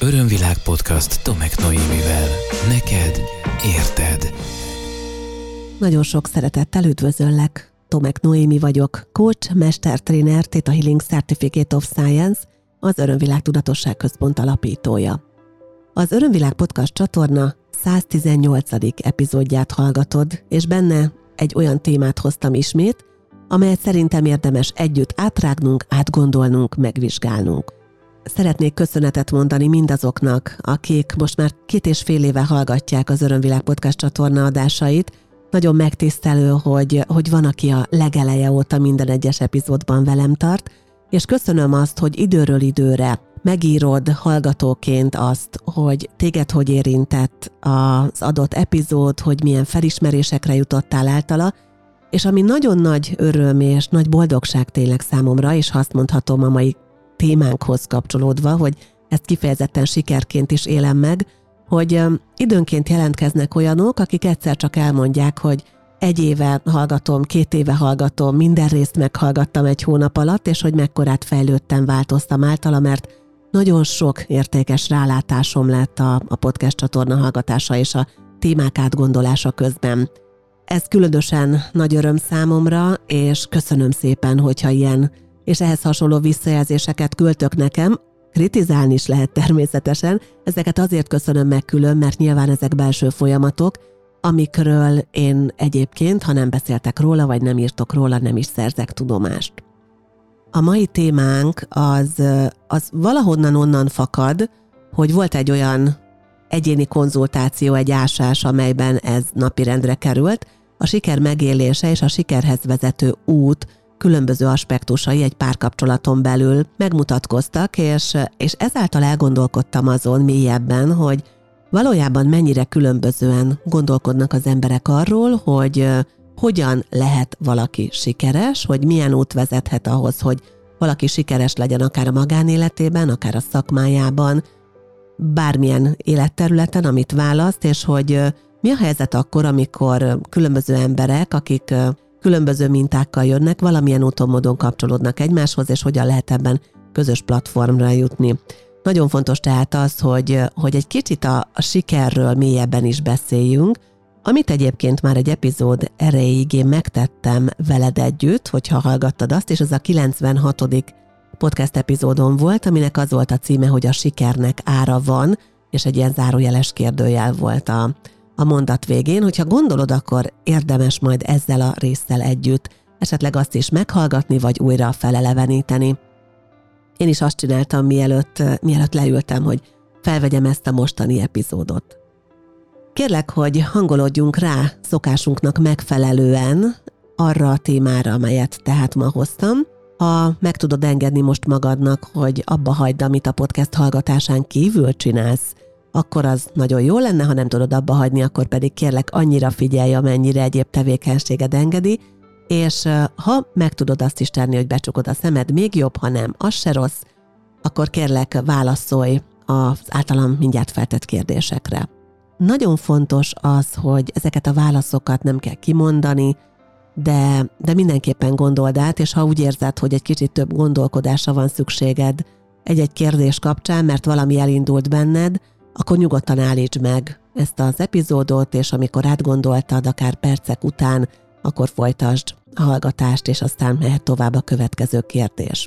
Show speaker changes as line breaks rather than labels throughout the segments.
Örömvilág podcast Tomek Noémivel. Neked érted.
Nagyon sok szeretettel üdvözöllek. Tomek Noémi vagyok, coach, mestertréner, Theta Healing Certificate of Science, az Örömvilág Tudatosság Központ alapítója. Az Örömvilág podcast csatorna 118. epizódját hallgatod, és benne egy olyan témát hoztam ismét, amelyet szerintem érdemes együtt átrágnunk, átgondolnunk, megvizsgálnunk. Szeretnék köszönetet mondani mindazoknak, akik most már 2,5 éve hallgatják az Örömvilág podcast csatorna adásait. Nagyon megtisztelő, hogy van, aki a legeleje óta minden egyes epizódban velem tart, és köszönöm azt, hogy időről időre megírod hallgatóként azt, hogy téged hogy érintett az adott epizód, hogy milyen felismerésekre jutottál általa, és ami nagyon nagy öröm és nagy boldogság tényleg számomra, és azt mondhatom a mai témánkhoz kapcsolódva, hogy ezt kifejezetten sikerként is élem meg, hogy időnként jelentkeznek olyanok, akik egyszer csak elmondják, hogy 1 éve hallgatom, 2 éve hallgatom, minden részt meghallgattam 1 hónap alatt, és hogy mekkorát fejlődtem, változtam általa, mert nagyon sok értékes rálátásom lett a podcast csatorna hallgatása és a témák átgondolása közben. Ez különösen nagy öröm számomra, és köszönöm szépen, hogyha ilyen és ehhez hasonló visszajelzéseket küldtök nekem. Kritizálni is lehet természetesen. Ezeket azért köszönöm meg külön, mert nyilván ezek belső folyamatok, amikről én egyébként, ha nem beszéltek róla, vagy nem írtok róla, nem is szerzek tudomást. A mai témánk az valahonnan onnan fakad, hogy volt egy olyan egyéni konzultáció, egy ásás, amelyben ez napirendre került. A siker megélése és a sikerhez vezető út különböző aspektusai egy párkapcsolaton belül megmutatkoztak, és ezáltal elgondolkodtam azon mélyebben, hogy valójában mennyire különbözően gondolkodnak az emberek arról, hogy hogyan lehet valaki sikeres, hogy milyen út vezethet ahhoz, hogy valaki sikeres legyen akár a magánéletében, akár a szakmájában, bármilyen életterületen, amit választ, és hogy mi a helyzet akkor, amikor különböző emberek, akik különböző mintákkal jönnek, valamilyen úton, módon kapcsolódnak egymáshoz, és hogyan lehet ebben közös platformra jutni. Nagyon fontos tehát az, hogy egy kicsit a sikerről mélyebben is beszéljünk, amit egyébként már egy epizód erejéig én megtettem veled együtt, hogyha hallgattad azt, és az a 96. podcast epizódon volt, aminek az volt a címe, hogy a sikernek ára van, és egy ilyen zárójeles kérdőjel volt a mondat végén. Hogyha gondolod, akkor érdemes majd ezzel a résszel együtt esetleg azt is meghallgatni, vagy újra feleleveníteni. Én is azt csináltam, mielőtt leültem, hogy felvegyem ezt a mostani epizódot. Kérlek, hogy hangolódjunk rá szokásunknak megfelelően arra a témára, amelyet tehát ma hoztam. Ha meg tudod engedni most magadnak, hogy abba hagyd, amit a podcast hallgatásán kívül csinálsz, akkor az nagyon jó lenne, ha nem tudod abba hagyni, akkor pedig kérlek annyira figyelj, amennyire egyéb tevékenységed engedi, és ha meg tudod azt is tenni, hogy becsukod a szemed, még jobb, ha nem, az se rossz, akkor kérlek válaszolj az általam mindjárt feltett kérdésekre. Nagyon fontos az, hogy ezeket a válaszokat nem kell kimondani, de mindenképpen gondold át, és ha úgy érzed, hogy egy kicsit több gondolkodásra van szükséged egy-egy kérdés kapcsán, mert valami elindult benned, akkor nyugodtan állítsd meg ezt az epizódot, és amikor átgondoltad, akár percek után, akkor folytasd a hallgatást, és aztán mehet tovább a következő kérdés.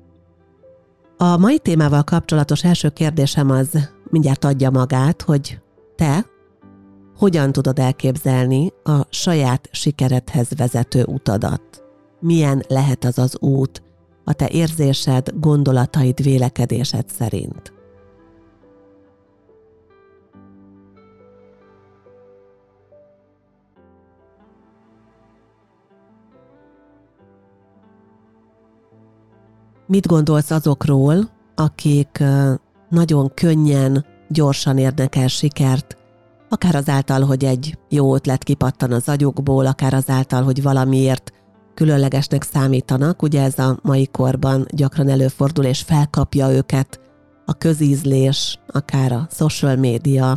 A mai témával kapcsolatos első kérdésem az mindjárt adja magát, hogy te hogyan tudod elképzelni a saját sikeredhez vezető utadat? Milyen lehet az az út a te érzésed, gondolataid, vélekedésed szerint? Mit gondolsz azokról, akik nagyon könnyen, gyorsan érnek el sikert, akár azáltal, hogy egy jó ötlet kipattan az agyukból, akár azáltal, hogy valamiért különlegesnek számítanak. Ugye ez a mai korban gyakran előfordul, és felkapja őket a közízlés, akár a social média.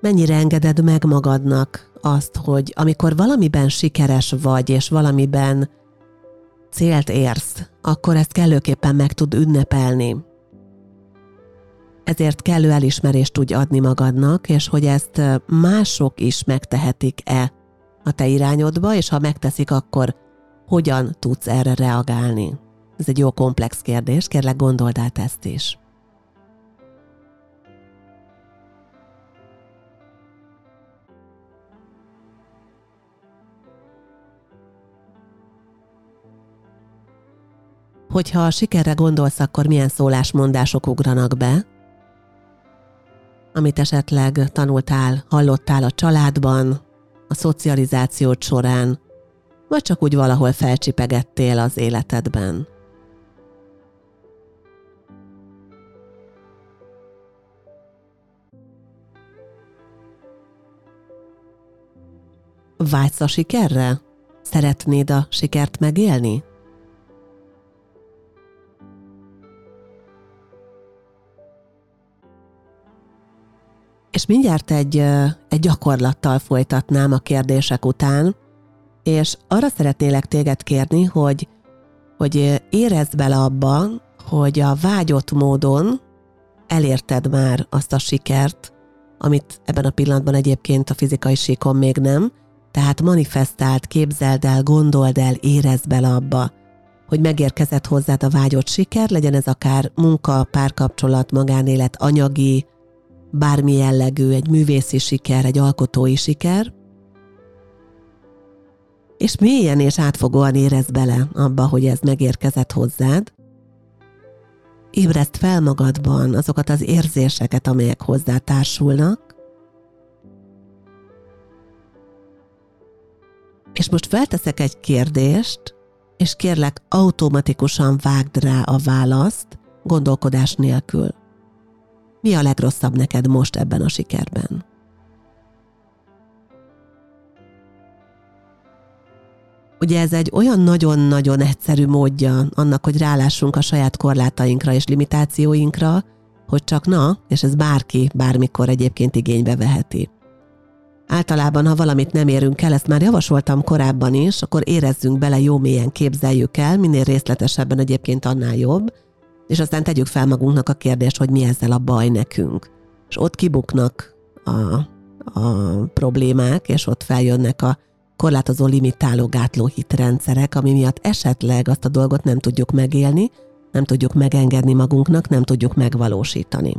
mennyire engeded meg magadnak azt, hogy amikor valamiben sikeres vagy, és valamiben célt érsz, akkor ezt kellőképpen meg tud ünnepelni. Ezért kellő elismerést tudj adni magadnak, és hogy ezt mások is megtehetik-e a te irányodba, és ha megteszik, akkor hogyan tudsz erre reagálni? Ez egy jó komplex kérdés, kérlek gondold át ezt is. Hogyha a sikerre gondolsz, akkor milyen szólásmondások ugranak be, amit esetleg tanultál, hallottál a családban, a szocializációd során, vagy csak úgy valahol felcsipegettél az életedben. Vágysz a sikerre? Szeretnéd a sikert megélni? És mindjárt egy gyakorlattal folytatnám a kérdések után, és arra szeretnélek téged kérni, hogy érezd bele abba, hogy a vágyott módon elérted már azt a sikert, amit ebben a pillanatban egyébként a fizikai síkon még nem, tehát manifestáld, képzeld el, gondold el, érezd bele abba, hogy megérkezett hozzád a vágyott siker, legyen ez akár munka, párkapcsolat, magánélet, anyagi, bármi jellegű, egy művészi siker, egy alkotói siker, és mélyen és átfogóan érezd bele abba, hogy ez megérkezett hozzád. Ébreszd fel magadban azokat az érzéseket, amelyek hozzá társulnak, és most felteszek egy kérdést, és kérlek automatikusan vágd rá a választ, gondolkodás nélkül. Mi a legrosszabb neked most ebben a sikerben? Ugye ez egy olyan nagyon-nagyon egyszerű módja annak, hogy rálássunk a saját korlátainkra és limitációinkra, hogy csak és ez bárki bármikor egyébként igénybe veheti. Általában, ha valamit nem érünk el, ezt már javasoltam korábban is, akkor érezzünk bele, jó mélyen képzeljük el, minél részletesebben egyébként annál jobb, és aztán tegyük fel magunknak a kérdést, hogy mi ezzel a baj nekünk. És ott kibuknak a problémák, és ott feljönnek a korlátozó, limitáló, gátló hitrendszerek, ami miatt esetleg azt a dolgot nem tudjuk megélni, nem tudjuk megengedni magunknak, nem tudjuk megvalósítani.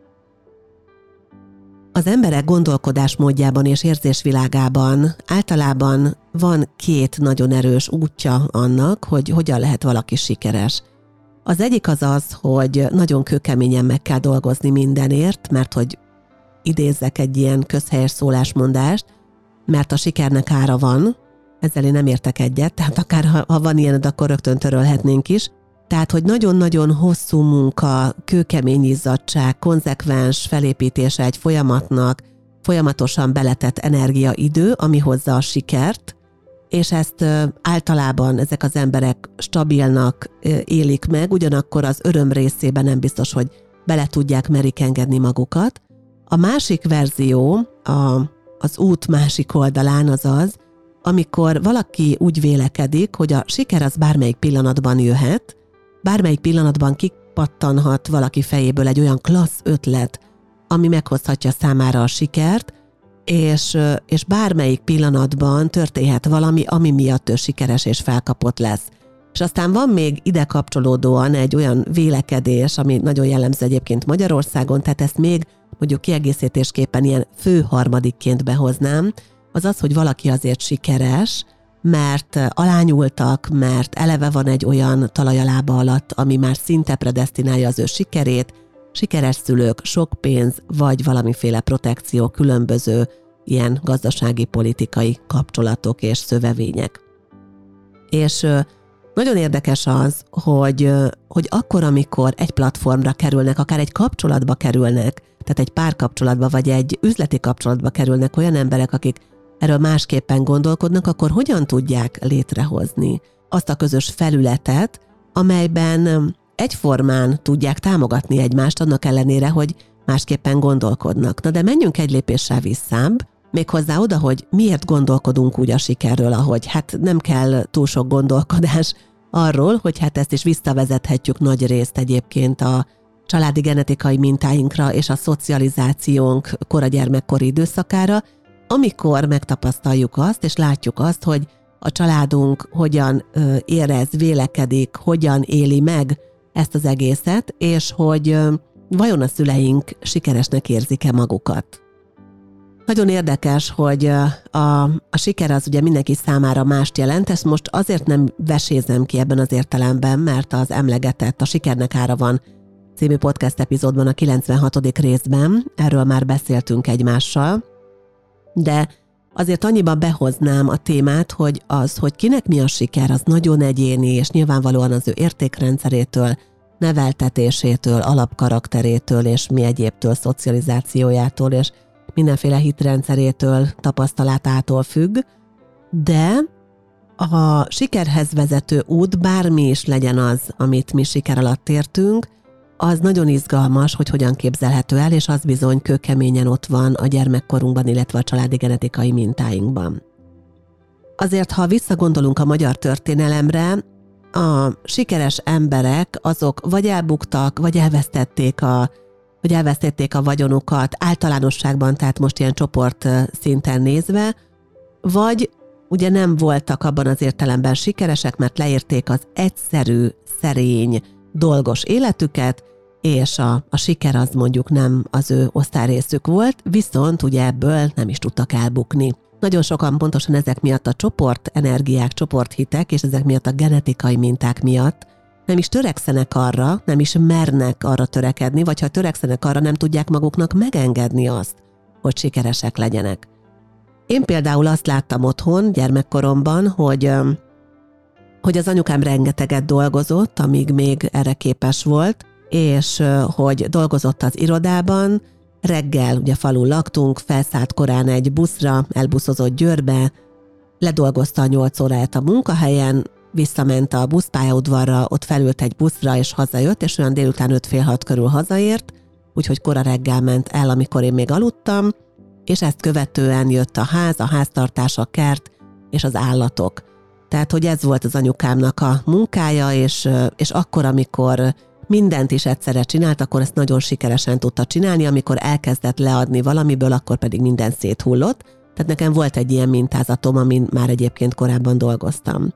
Az emberek gondolkodásmódjában és érzésvilágában általában van két nagyon erős útja annak, hogy hogyan lehet valaki sikeres. Az egyik az, hogy nagyon kőkeményen meg kell dolgozni mindenért, mert hogy idézzek egy ilyen közhelyes szólásmondást, mert a sikernek ára van, ezzel én nem értek egyet, tehát akár ha van ilyened, akkor rögtön törölhetnénk is. Tehát, hogy nagyon-nagyon hosszú munka, kőkemény izzadság, konzekvens felépítése egy folyamatnak, folyamatosan beletett energia, idő, ami hozza a sikert, és ezt általában ezek az emberek stabilnak élik meg, ugyanakkor az öröm részében nem biztos, hogy bele tudják, merik engedni magukat. A másik verzió, az út másik oldalán az, amikor valaki úgy vélekedik, hogy a siker az bármelyik pillanatban jöhet, bármelyik pillanatban kipattanhat valaki fejéből egy olyan klassz ötlet, ami meghozhatja számára a sikert, és bármelyik pillanatban történhet valami, ami miatt ő sikeres és felkapott lesz. És aztán van még ide kapcsolódóan egy olyan vélekedés, ami nagyon jellemző egyébként Magyarországon, tehát ezt még mondjuk kiegészítésképpen ilyen fő harmadikként behoznám, az, hogy valaki azért sikeres, mert alányultak, mert eleve van egy olyan talaj a lába alatt, ami már szinte predesztinálja az ő sikerét, sikeres szülők, sok pénz, vagy valamiféle protekció, különböző ilyen gazdasági, politikai kapcsolatok és szövevények. És nagyon érdekes az, hogy akkor, amikor egy platformra kerülnek, akár egy kapcsolatba kerülnek, tehát egy párkapcsolatba, vagy egy üzleti kapcsolatba kerülnek olyan emberek, akik erről másképpen gondolkodnak, akkor hogyan tudják létrehozni azt a közös felületet, amelyben egyformán tudják támogatni egymást, annak ellenére, hogy másképpen gondolkodnak. Na de menjünk egy lépéssel visszább, méghozzá oda, hogy miért gondolkodunk úgy a sikerről, ahogy hát nem kell túl sok gondolkodás arról, hogy hát ezt is visszavezethetjük nagy részt egyébként a családi genetikai mintáinkra és a szocializációnk kora gyermekkori időszakára, amikor megtapasztaljuk azt, és látjuk azt, hogy a családunk hogyan érez, vélekedik, hogyan éli meg ezt az egészet, és hogy vajon a szüleink sikeresnek érzik-e magukat. Nagyon érdekes, hogy a siker az ugye mindenki számára mást jelent, ezt most azért nem vesézem ki ebben az értelemben, mert az emlegetett A sikernek ára van című podcast epizódban, a 96. részben, erről már beszéltünk egymással, de azért annyiban behoznám a témát, hogy az, hogy kinek mi a siker, az nagyon egyéni, és nyilvánvalóan az ő értékrendszerétől, neveltetésétől, alapkarakterétől, és mi egyébtől, szocializációjától, és mindenféle hitrendszerétől, tapasztalatától függ, de a sikerhez vezető út, bármi is legyen az, amit mi siker alatt értünk, az nagyon izgalmas, hogy hogyan képzelhető el, és az bizony kőkeményen ott van a gyermekkorunkban, illetve a családi genetikai mintáinkban. Azért, ha visszagondolunk a magyar történelemre, a sikeres emberek azok vagy elbuktak, vagy elvesztették a vagyonukat általánosságban, tehát most ilyen csoport szinten nézve, vagy ugye nem voltak abban az értelemben sikeresek, mert leérték az egyszerű, szerény, dolgos életüket, és a siker az mondjuk nem az ő osztályrészük volt, viszont ugye ebből nem is tudtak elbukni. Nagyon sokan pontosan ezek miatt a csoportenergiák, csoporthitek, és ezek miatt a genetikai minták miatt nem is törekszenek arra, nem is mernek arra törekedni, vagy ha törekszenek arra, nem tudják maguknak megengedni azt, hogy sikeresek legyenek. Én például azt láttam otthon, gyermekkoromban, hogy az anyukám rengeteget dolgozott, amíg még erre képes volt, és hogy dolgozott az irodában, reggel, ugye falun laktunk, felszállt korán egy buszra, elbuszozott Győrbe, ledolgozta a 8 óráját a munkahelyen, visszament a buszpályaudvarra, ott felült egy buszra, és hazajött, és olyan délután 5-5:30 körül hazaért, úgyhogy kora reggel ment el, amikor én még aludtam, és ezt követően jött a ház, a háztartás, a kert és az állatok. Tehát, hogy ez volt az anyukámnak a munkája, és akkor, amikor mindent is egyszerre csinált, akkor ezt nagyon sikeresen tudta csinálni, amikor elkezdett leadni valamiből, akkor pedig minden széthullott. Tehát nekem volt egy ilyen mintázatom, amin már egyébként korábban dolgoztam.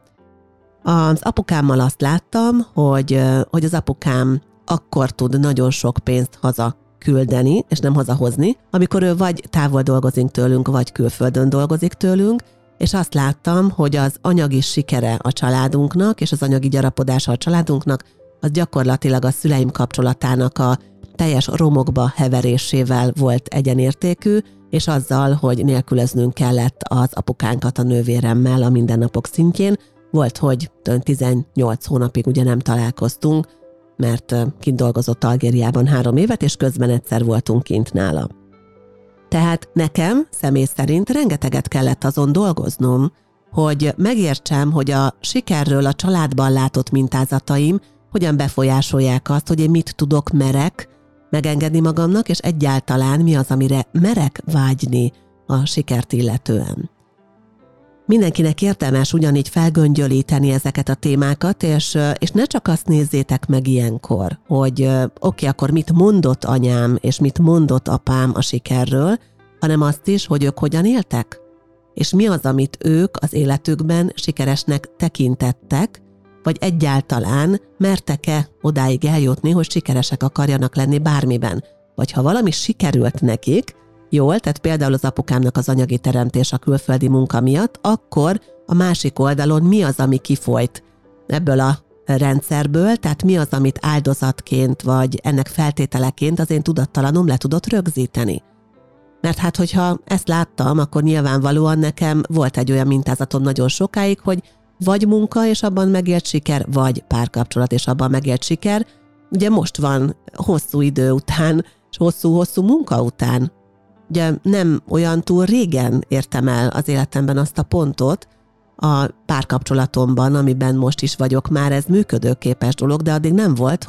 Az apukámmal azt láttam, hogy az apukám akkor tud nagyon sok pénzt haza küldeni, és nem hazahozni, amikor ő vagy távol dolgozik tőlünk, vagy külföldön dolgozik tőlünk, és azt láttam, hogy az anyagi sikere a családunknak, és az anyagi gyarapodása a családunknak, az gyakorlatilag a szüleim kapcsolatának a teljes romokba heverésével volt egyenértékű, és azzal, hogy nélkülöznünk kellett az apukánkat a nővéremmel a mindennapok szintjén. Volt, hogy 18 hónapig ugye nem találkoztunk, mert kint dolgozott Algériában 3 évet, és közben egyszer voltunk kint nála. Tehát nekem személy szerint rengeteget kellett azon dolgoznom, hogy megértsem, hogy a sikerről a családban látott mintázataim hogyan befolyásolják azt, hogy én mit tudok, merek megengedni magamnak, és egyáltalán mi az, amire merek vágyni a sikert illetően. Mindenkinek érdemes ugyanígy felgöngyölíteni ezeket a témákat, és ne csak azt nézzétek meg ilyenkor, hogy oké, akkor mit mondott anyám, és mit mondott apám a sikerről, hanem azt is, hogy ők hogyan éltek, és mi az, amit ők az életükben sikeresnek tekintettek, vagy egyáltalán mertek-e odáig eljutni, hogy sikeresek akarjanak lenni bármiben. Vagy ha valami sikerült nekik, jól, tehát például az apukámnak az anyagi teremtés a külföldi munka miatt, akkor a másik oldalon mi az, ami kifolyt ebből a rendszerből, tehát mi az, amit áldozatként vagy ennek feltételeként az én tudattalanom le tudott rögzíteni. Mert hát, hogyha ezt láttam, akkor nyilvánvalóan nekem volt egy olyan mintázatom nagyon sokáig, hogy vagy munka és abban megélt siker, vagy párkapcsolat és abban megélt siker. Ugye most van hosszú idő után, és hosszú-hosszú munka után. Ugye nem olyan túl régen értem el az életemben azt a pontot a párkapcsolatomban, amiben most is vagyok már, ez működőképes dolog, de addig nem volt, hogy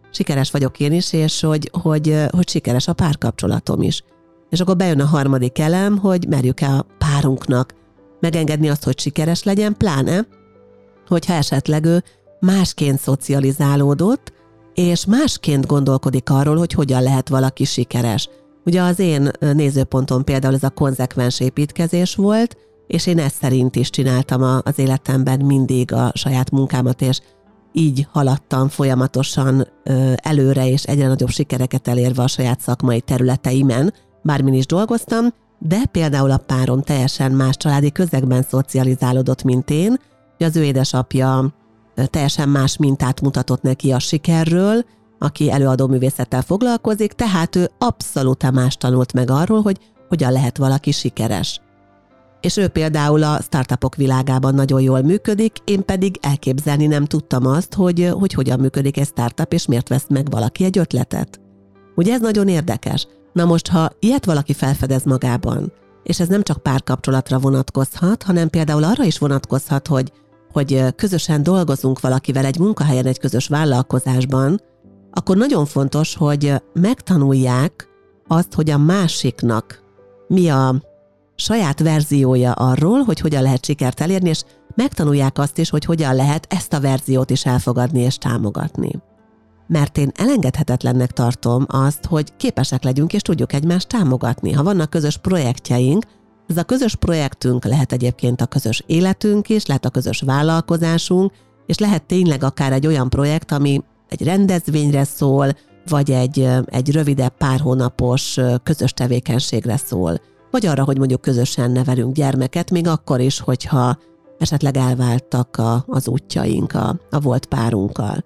sikeres vagyok én is, és hogy sikeres a párkapcsolatom is. És akkor bejön a harmadik elem, hogy merjük-e a párunknak megengedni azt, hogy sikeres legyen, pláne, hogyha esetleg ő másként szocializálódott, és másként gondolkodik arról, hogy hogyan lehet valaki sikeres. Ugye az én nézőpontom például ez a konzekvens építkezés volt, és én ezt szerint is csináltam az életemben mindig a saját munkámat, és így haladtam folyamatosan előre, és egyre nagyobb sikereket elérve a saját szakmai területeimen, bármin is dolgoztam, de például a párom teljesen más családi közegben szocializálódott, mint én, hogy az ő édesapja teljesen más mintát mutatott neki a sikerről, aki előadóművészettel foglalkozik, tehát ő abszolút más tanult meg arról, hogy hogyan lehet valaki sikeres. És ő például a startupok világában nagyon jól működik, én pedig elképzelni nem tudtam azt, hogy hogyan működik egy startup, és miért vesz meg valaki egy ötletet. Ugye ez nagyon érdekes. Na most, ha ilyet valaki felfedez magában, és ez nem csak párkapcsolatra vonatkozhat, hanem például arra is vonatkozhat, hogy közösen dolgozunk valakivel egy munkahelyen, egy közös vállalkozásban, akkor nagyon fontos, hogy megtanulják azt, hogy a másiknak mi a saját verziója arról, hogy hogyan lehet sikert elérni, és megtanulják azt is, hogy hogyan lehet ezt a verziót is elfogadni és támogatni. Mert én elengedhetetlennek tartom azt, hogy képesek legyünk és tudjuk egymást támogatni. Ha vannak közös projektjeink, ez a közös projektünk lehet egyébként a közös életünk is, lehet a közös vállalkozásunk, és lehet tényleg akár egy olyan projekt, ami egy rendezvényre szól, vagy egy rövidebb pár hónapos közös tevékenységre szól. Vagy arra, hogy mondjuk közösen nevelünk gyermeket, még akkor is, hogyha esetleg elváltak az útjaink a volt párunkkal.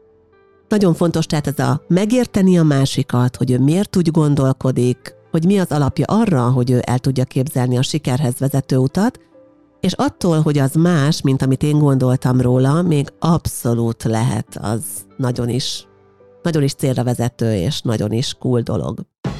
Nagyon fontos tehát ez a megérteni a másikat, hogy ő miért úgy gondolkodik, hogy mi az alapja arra, hogy ő el tudja képzelni a sikerhez vezető utat, és attól, hogy az más, mint amit én gondoltam róla, még abszolút lehet az nagyon is célra vezető és nagyon is cool dolog.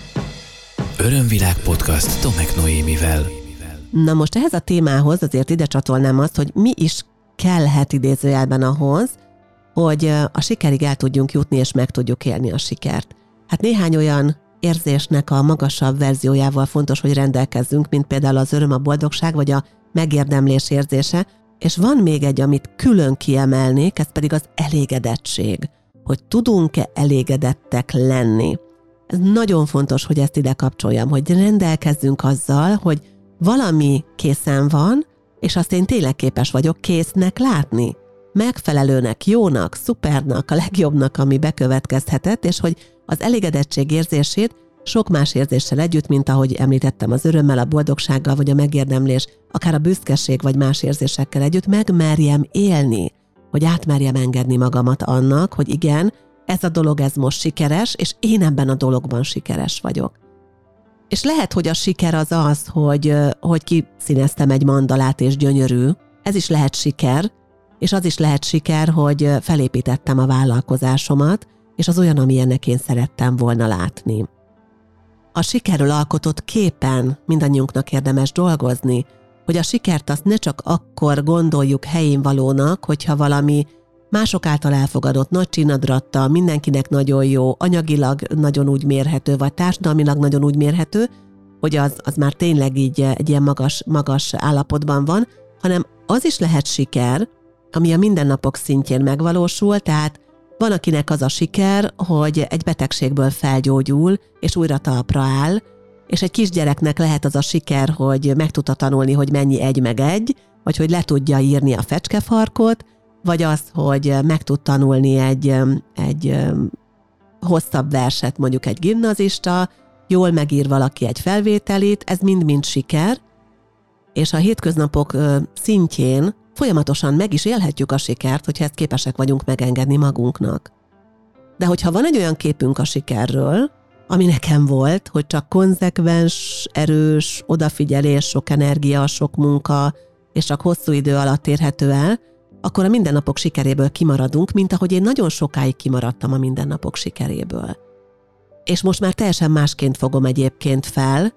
Örömvilág podcast Tomek Noémivel.
Na most ehhez a témához azért ide csatolnám azt, hogy mi is kellhet idézőjelben ahhoz, hogy a sikerig el tudjunk jutni és meg tudjuk élni a sikert. Hát néhány olyan érzésnek a magasabb verziójával fontos, hogy rendelkezzünk, mint például az öröm, a boldogság vagy a megérdemlés érzése, és van még egy, amit külön kiemelnék, ez pedig az elégedettség, hogy tudunk-e elégedettek lenni. Ez nagyon fontos, hogy ezt ide kapcsoljam, hogy rendelkezzünk azzal, hogy valami készen van, és azt én tényleg képes vagyok késznek látni. Megfelelőnek, jónak, szupernak, a legjobbnak, ami bekövetkezhetett, és hogy az elégedettség érzését sok más érzéssel együtt, mint ahogy említettem, az örömmel, a boldogsággal, vagy a megérdemlés, akár a büszkeség, vagy más érzésekkel együtt megmerjem élni, hogy átmerjem engedni magamat annak, hogy igen, ez a dolog, ez most sikeres, és én ebben a dologban sikeres vagyok. És lehet, hogy a siker az, hogy kiszíneztem egy mandalát, és gyönyörű, ez is lehet siker, és az is lehet siker, hogy felépítettem a vállalkozásomat, és az olyan, amilyennek én szerettem volna látni. A sikerről alkotott képen mindannyiunknak érdemes dolgozni, hogy a sikert azt ne csak akkor gondoljuk helyén valónak, hogyha valami mások által elfogadott nagy csinadratta, mindenkinek nagyon jó, anyagilag nagyon úgy mérhető, vagy társadalmilag nagyon úgy mérhető, hogy az már tényleg így egy ilyen magas állapotban van, hanem az is lehet siker, ami a mindennapok szintjén megvalósul, tehát van, akinek az a siker, hogy egy betegségből felgyógyul, és újra talpra áll, és egy kisgyereknek lehet az a siker, hogy meg tudta tanulni, hogy mennyi 1 meg 1, vagy hogy le tudja írni a fecskefarkot, vagy az, hogy meg tud tanulni egy hosszabb verset, mondjuk egy gimnazista, jól megír valaki egy felvételit, ez mind-mind siker, és a hétköznapok szintjén folyamatosan meg is élhetjük a sikert, hogyha ezt képesek vagyunk megengedni magunknak. De hogyha van egy olyan képünk a sikerről, ami nekem volt, hogy csak konzekvens, erős, odafigyelés, sok energia, sok munka, és csak hosszú idő alatt érhető el, akkor a mindennapok sikeréből kimaradunk, mint ahogy én nagyon sokáig kimaradtam a mindennapok sikeréből. És most már teljesen másként fogom egyébként fel,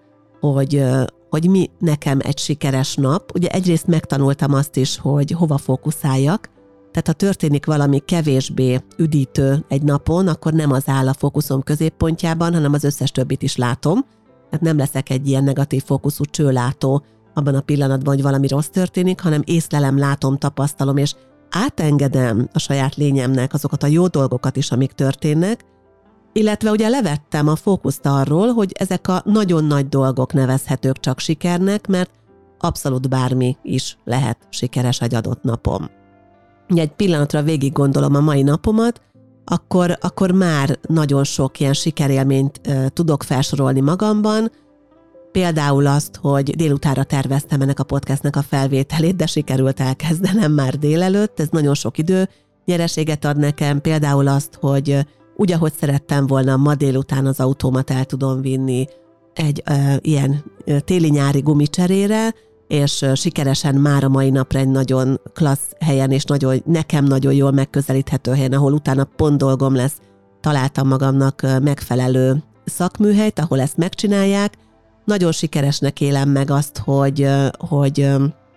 hogy mi nekem egy sikeres nap. Ugye egyrészt megtanultam azt is, hogy hova fókuszáljak, Tehát ha történik valami kevésbé üdítő egy napon, akkor nem az áll a fókuszom középpontjában, hanem az összes többit is látom. Tehát nem leszek egy ilyen negatív fókuszú csőlátó abban a pillanatban, hogy valami rossz történik, hanem észlelem, látom, tapasztalom, és átengedem a saját lényemnek azokat a jó dolgokat is, amik történnek, illetve ugye levettem a fókuszt arról, hogy ezek a nagyon nagy dolgok nevezhetők csak sikernek, mert abszolút bármi is lehet sikeres egy adott napom. Egy pillanatra végig gondolom a mai napomat, akkor már nagyon sok ilyen sikerélményt tudok felsorolni magamban, például azt, hogy délutánra terveztem ennek a podcastnek a felvételét, de sikerült elkezdenem már délelőtt, ez nagyon sok idő nyereséget ad nekem, például azt, hogy úgy, ahogy szerettem volna, ma délután az autómat el tudom vinni egy ilyen téli-nyári gumicserére, és sikeresen már a mai napra egy nagyon klassz helyen, és nekem nagyon jól megközelíthető helyen, ahol utána pont dolgom lesz, találtam magamnak megfelelő szakműhelyt, ahol ezt megcsinálják. Nagyon sikeresnek élem meg azt, hogy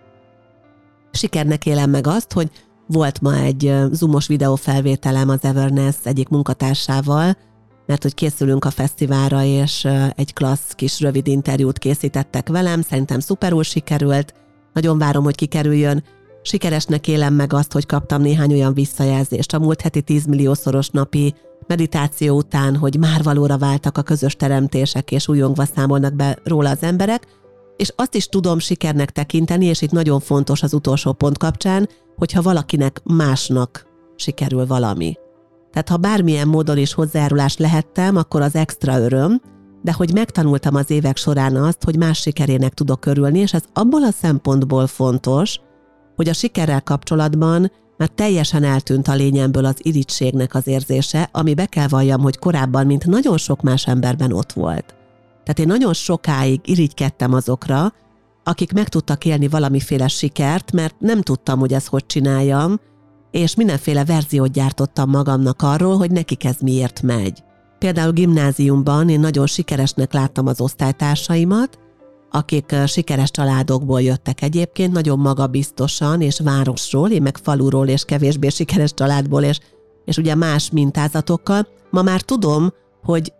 sikernek élem meg azt, hogy volt ma egy zoomos videófelvételem az Everness egyik munkatársával, mert hogy készülünk a fesztiválra, és egy klassz kis rövid interjút készítettek velem, szerintem szuperul sikerült, nagyon várom, hogy kikerüljön. Sikeresnek élem meg azt, hogy kaptam néhány olyan visszajelzést a múlt heti 10 milliószoros napi meditáció után, hogy már valóra váltak a közös teremtések, és újongva számolnak be róla az emberek, és azt is tudom sikernek tekinteni, és itt nagyon fontos az utolsó pont kapcsán, hogyha valakinek másnak sikerül valami. Tehát ha bármilyen módon is hozzájárulást lehettem, akkor az extra öröm, de hogy megtanultam az évek során azt, hogy más sikerének tudok örülni, és ez abból a szempontból fontos, hogy a sikerrel kapcsolatban már teljesen eltűnt a lényemből az irigységnek az érzése, ami be kell valljam, hogy korábban, mint nagyon sok más emberben ott volt. Tehát én nagyon sokáig irigykedtem azokra, akik meg tudtak élni valamiféle sikert, mert nem tudtam, hogy ezt hogy csináljam, és mindenféle verziót gyártottam magamnak arról, hogy nekik ez miért megy. Például gimnáziumban én nagyon sikeresnek láttam az osztálytársaimat, akik sikeres családokból jöttek egyébként, nagyon magabiztosan és városról, én meg faluról és kevésbé sikeres családból, és ugye más mintázatokkal. Ma már tudom, hogy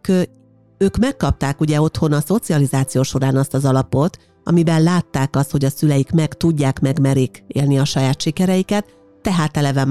ők megkapták ugye otthon a szocializáció során azt az alapot, amiben látták azt, hogy a szüleik megmerik élni a saját sikereiket, tehát eleve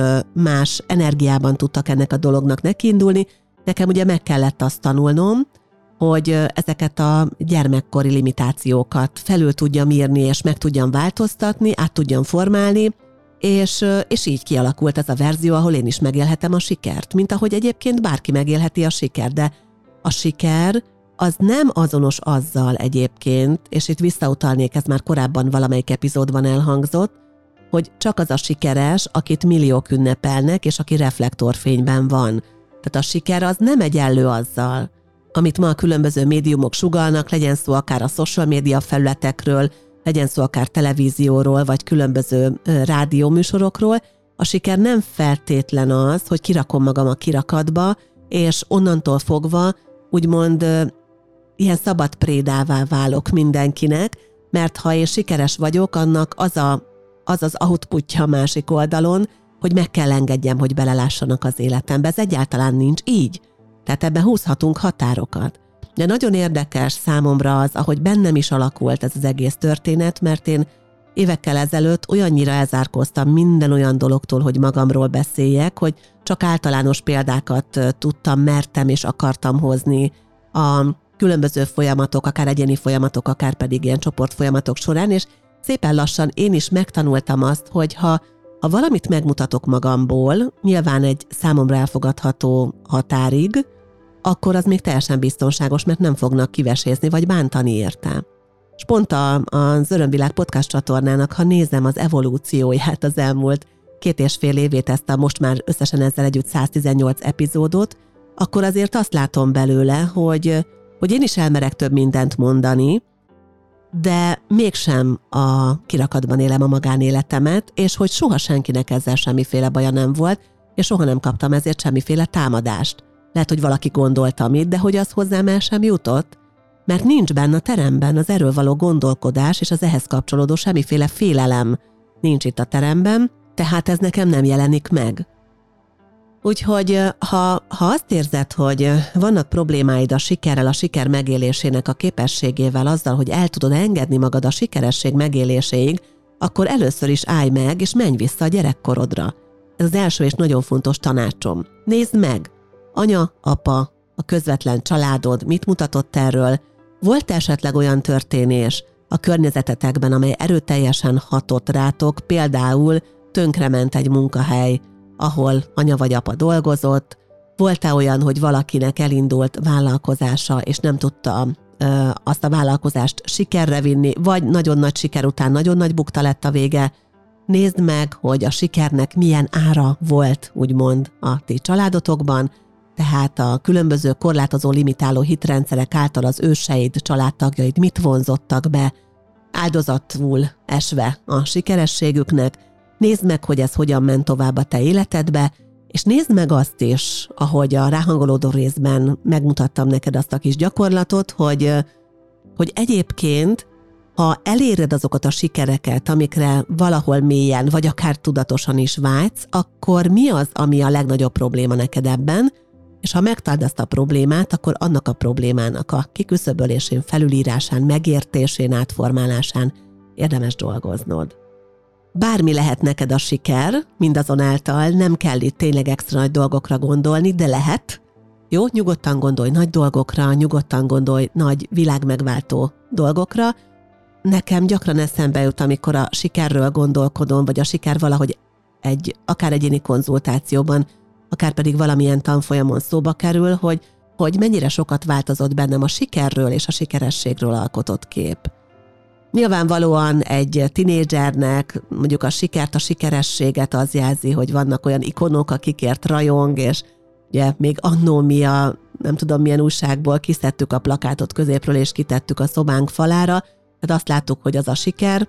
más energiában tudtak ennek a dolognak nekiindulni. Nekem ugye meg kellett azt tanulnom, hogy ezeket a gyermekkori limitációkat felül tudjam írni, és meg tudjam változtatni, át tudjam formálni, és így kialakult ez a verzió, ahol én is megélhetem a sikert, mint ahogy egyébként bárki megélheti a sikert, de a siker az nem azonos azzal egyébként, és itt visszautalnék, ez már korábban valamelyik epizódban elhangzott, hogy csak az a sikeres, akit milliók ünnepelnek, és aki reflektorfényben van. Tehát a siker az nem egyenlő azzal, amit ma a különböző médiumok sugallnak, legyen szó akár a social média felületekről, legyen szó akár televízióról, vagy különböző rádióműsorokról. A siker nem feltétlen az, hogy kirakom magam a kirakatba, és onnantól fogva úgymond ilyen szabad prédává válok mindenkinek, mert ha én sikeres vagyok, annak az az outputja a másik oldalon, hogy meg kell engedjem, hogy belelássanak az életembe. Ez egyáltalán nincs így. Tehát ebben húzhatunk határokat. De nagyon érdekes számomra az, ahogy bennem is alakult ez az egész történet, mert én évekkel ezelőtt olyannyira elzárkóztam minden olyan dologtól, hogy magamról beszéljek, hogy csak általános példákat mertem és akartam hozni a különböző folyamatok, akár egyéni folyamatok, akár pedig ilyen csoportfolyamatok során, és szépen lassan én is megtanultam azt, hogy ha valamit megmutatok magamból, nyilván egy számomra elfogadható határig, akkor az még teljesen biztonságos, mert nem fognak kivesézni vagy bántani érte. És pont az Örömvilág podcast csatornának, ha nézem az evolúcióját az elmúlt 2,5 évét, ezt a most már összesen ezzel együtt 118 epizódot, akkor azért azt látom belőle, hogy én is elmerek több mindent mondani, de mégsem a kirakatban élem a magánéletemet, és hogy soha senkinek ezzel semmiféle baja nem volt, és soha nem kaptam ezért semmiféle támadást. Lehet, hogy valaki gondolta mit, de hogy az hozzám el sem jutott, mert nincs benne a teremben az erről való gondolkodás és az ehhez kapcsolódó semmiféle félelem nincs itt a teremben, Tehát ez nekem nem jelenik meg. Úgyhogy ha azt érzed, hogy vannak problémáid a sikerrel, a siker megélésének a képességével, azzal, hogy el tudod engedni magad a sikeresség megéléséig, akkor először is állj meg, és menj vissza a gyerekkorodra. Ez az első és nagyon fontos tanácsom. Nézd meg! Anya, apa, a közvetlen családod mit mutatott erről? Volt esetleg olyan történés a környezetetekben, amely erőteljesen hatott rátok, például tönkrement egy munkahely, ahol anya vagy apa dolgozott? Volt-e olyan, hogy valakinek elindult vállalkozása, és nem tudta azt a vállalkozást sikerre vinni, vagy nagyon nagy siker után nagyon nagy bukta lett a vége? Nézd meg, hogy a sikernek milyen ára volt, úgymond, a ti családotokban, tehát a különböző korlátozó, limitáló hitrendszerek által az őseid, családtagjaid mit vonzottak be, áldozatul esve a sikerességüknek. Nézd meg, hogy ez hogyan ment tovább a te életedbe, és nézd meg azt is, ahogy a ráhangolódó részben megmutattam neked azt a kis gyakorlatot, hogy egyébként, ha eléred azokat a sikereket, amikre valahol mélyen, vagy akár tudatosan is vágysz, akkor mi az, ami a legnagyobb probléma neked ebben, és ha megtaláld ezt a problémát, akkor annak a problémának a kiküszöbölésén, felülírásán, megértésén, átformálásán érdemes dolgoznod. Bármi lehet neked a siker, mindazonáltal nem kell itt tényleg extra nagy dolgokra gondolni, de lehet. Jó, nyugodtan gondolj nagy dolgokra, nyugodtan gondolj nagy világmegváltó dolgokra. Nekem gyakran eszembe jut, amikor a sikerről gondolkodom, vagy a siker valahogy akár egyéni konzultációban, akár pedig valamilyen tanfolyamon szóba kerül, hogy mennyire sokat változott bennem a sikerről és a sikerességről alkotott kép. Nyilvánvalóan egy tinédzsernek mondjuk a sikert, a sikerességet az jelzi, hogy vannak olyan ikonok, akikért rajong, és ugye még annó mi nem tudom milyen újságból kiszedtük a plakátot középről, és kitettük a szobánk falára, tehát azt láttuk, hogy az a siker.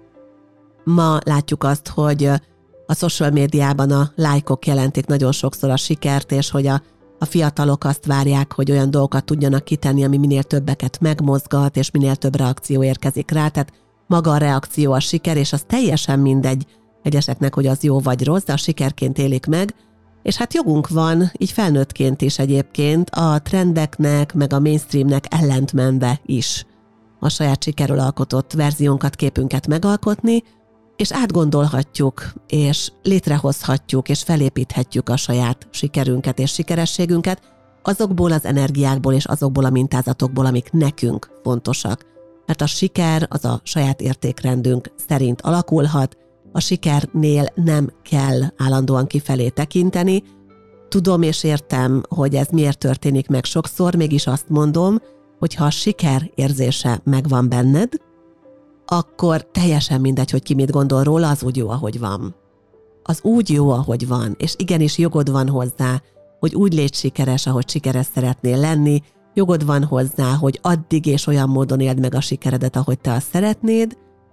Ma látjuk azt, hogy a social médiában a lájkok jelentik nagyon sokszor a sikert, és hogy a fiatalok azt várják, hogy olyan dolgokat tudjanak kitenni, ami minél többeket megmozgat, és minél több reakció érkezik rá. Tehát maga a reakció a siker, és az teljesen mindegy egyeseknek, hogy az jó vagy rossz, de a sikerként élik meg. És hát jogunk van, így felnőttként is egyébként, a trendeknek, meg a mainstreamnek ellentmenve is a saját sikerről alkotott verziónkat, képünket megalkotni, és átgondolhatjuk, és létrehozhatjuk, és felépíthetjük a saját sikerünket és sikerességünket azokból az energiákból és azokból a mintázatokból, amik nekünk fontosak. Mert a siker az a saját értékrendünk szerint alakulhat, a sikernél nem kell állandóan kifelé tekinteni. Tudom és értem, hogy ez miért történik meg sokszor, mégis azt mondom, hogy ha a siker érzése megvan benned, akkor teljesen mindegy, hogy ki mit gondol róla, az úgy jó, ahogy van. Az úgy jó, ahogy van, és igenis jogod van hozzá, hogy úgy légy sikeres, ahogy sikeres szeretnél lenni, jogod van hozzá, hogy addig és olyan módon éld meg a sikeredet, ahogy te azt szeretnéd.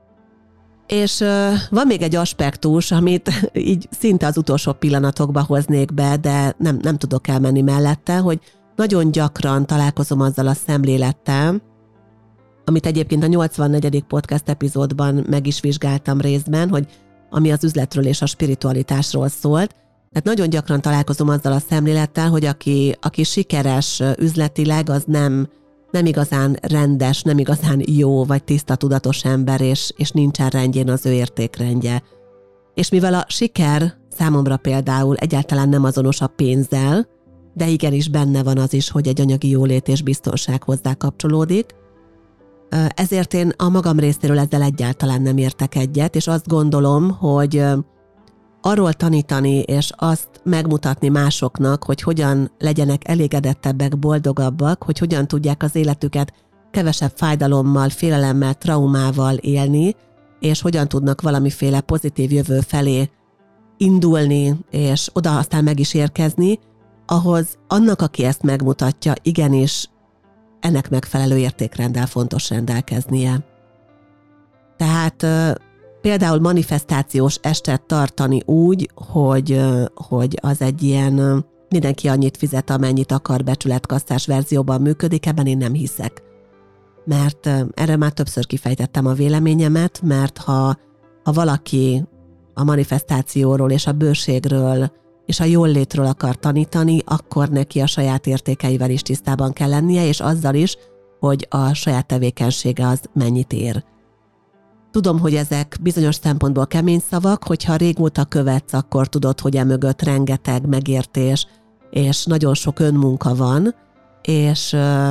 És van még egy aspektus, amit így szinte az utolsó pillanatokba hoznék be, de nem tudok elmenni mellette, hogy nagyon gyakran találkozom azzal a szemlélettel, amit egyébként a 84. podcast epizódban meg is vizsgáltam részben, hogy ami az üzletről és a spiritualitásról szólt. Tehát nagyon gyakran találkozom azzal a szemlélettel, hogy aki sikeres üzletileg, az nem igazán rendes, nem igazán jó vagy tiszta tudatos ember, és nincsen rendjén az ő értékrendje. És mivel a siker számomra például egyáltalán nem azonos a pénzzel, de igenis benne van az is, hogy egy anyagi jólét és biztonság hozzá kapcsolódik, ezért én a magam részéről ezzel egyáltalán nem értek egyet, és azt gondolom, hogy arról tanítani és azt megmutatni másoknak, hogy hogyan legyenek elégedettebbek, boldogabbak, hogy hogyan tudják az életüket kevesebb fájdalommal, félelemmel, traumával élni, és hogyan tudnak valamiféle pozitív jövő felé indulni, és oda aztán meg is érkezni, ahhoz annak, aki ezt megmutatja, igenis ennek megfelelő értékrenddel fontos rendelkeznie. Tehát például manifestációs estet tartani úgy, hogy az egy ilyen mindenki annyit fizet, amennyit akar becsületkasszás verzióban működik, ebben én nem hiszek. Mert erre már többször kifejtettem a véleményemet, mert ha valaki a manifestációról és a bőségről és a jóllétről akar tanítani, akkor neki a saját értékeivel is tisztában kell lennie, és azzal is, hogy a saját tevékenysége az mennyit ér. Tudom, hogy ezek bizonyos szempontból kemény szavak, hogyha régóta követsz, akkor tudod, hogy emögött rengeteg megértés, és nagyon sok önmunka van, és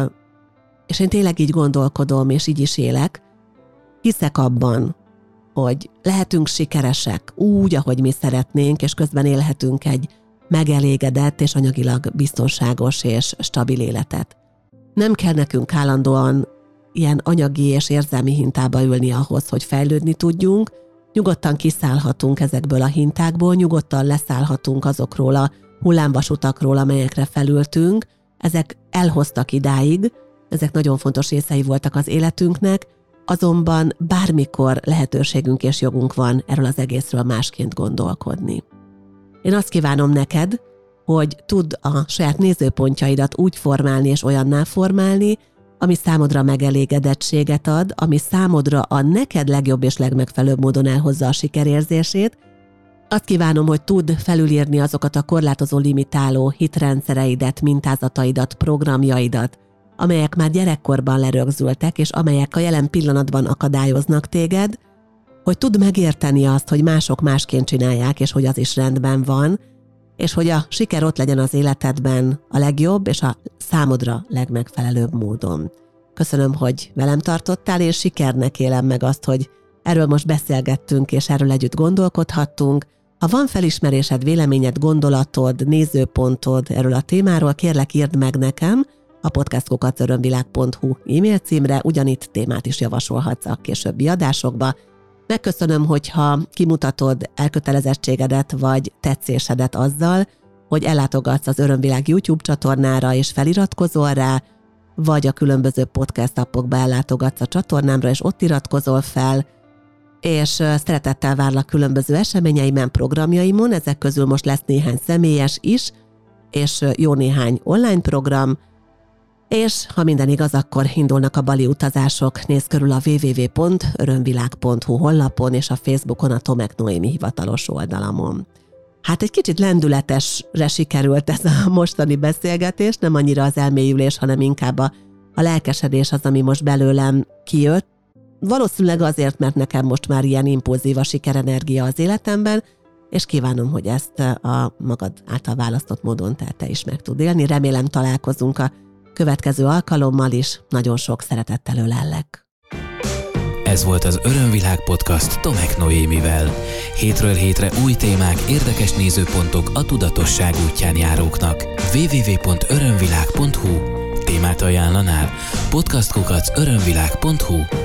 én tényleg így gondolkodom, és így is élek. Hiszek abban, hogy lehetünk sikeresek úgy, ahogy mi szeretnénk, és közben élhetünk egy megelégedett és anyagilag biztonságos és stabil életet. Nem kell nekünk állandóan ilyen anyagi és érzelmi hintába ülni ahhoz, hogy fejlődni tudjunk, nyugodtan kiszállhatunk ezekből a hintákból, nyugodtan leszállhatunk azokról a hullámvasutakról, amelyekre felültünk. Ezek elhoztak idáig, ezek nagyon fontos részei voltak az életünknek, azonban bármikor lehetőségünk és jogunk van erről az egészről másként gondolkodni. Én azt kívánom neked, hogy tudd a saját nézőpontjaidat úgy formálni és olyanná formálni, ami számodra megelégedettséget ad, ami számodra a neked legjobb és legmegfelelőbb módon elhozza a sikerérzését. Azt kívánom, hogy tudd felülírni azokat a korlátozó, limitáló hitrendszereidet, mintázataidat, programjaidat, amelyek már gyerekkorban lerögzültek, és amelyek a jelen pillanatban akadályoznak téged, hogy tudd megérteni azt, hogy mások másként csinálják, és hogy az is rendben van, és hogy a siker ott legyen az életedben a legjobb és a számodra legmegfelelőbb módon. Köszönöm, hogy velem tartottál, és sikernek élem meg azt, hogy erről most beszélgettünk, és erről együtt gondolkodhattunk. Ha van felismerésed, véleményed, gondolatod, nézőpontod erről a témáról, kérlek írd meg nekem a podcast@örömvilág.hu e-mail címre, ugyanitt témát is javasolhatsz a későbbi adásokba. Megköszönöm, hogyha kimutatod elkötelezettségedet vagy tetszésedet azzal, hogy ellátogatsz az Örömvilág YouTube csatornára és feliratkozol rá, vagy a különböző podcast appokba ellátogatsz a csatornámra és ott iratkozol fel, és szeretettel várlak különböző eseményeimen, programjaimon, ezek közül most lesz néhány személyes is, és jó néhány online program, és ha minden igaz, akkor indulnak a Bali utazások, nézz körül a www.örömvilág.hu honlapon és a Facebookon a Tomek Noémi hivatalos oldalamon. Hát egy kicsit lendületesre sikerült ez a mostani beszélgetés, nem annyira az elmélyülés, hanem inkább a lelkesedés az, ami most belőlem kijött. Valószínűleg azért, mert nekem most már ilyen impulzív a sikerenergia az életemben, és kívánom, hogy ezt a magad által választott módon te is meg tud élni. Remélem találkozunk a következő alkalommal is. Nagyon sok szeretettel ölellek.
Ez volt az Örömvilág podcast Tomek Noémivel. Hétről hétre új témák, érdekes nézőpontok a tudatosság útján járóknak. www.örömvilág.hu Témát ajánlanál? podcast@örömvilág.hu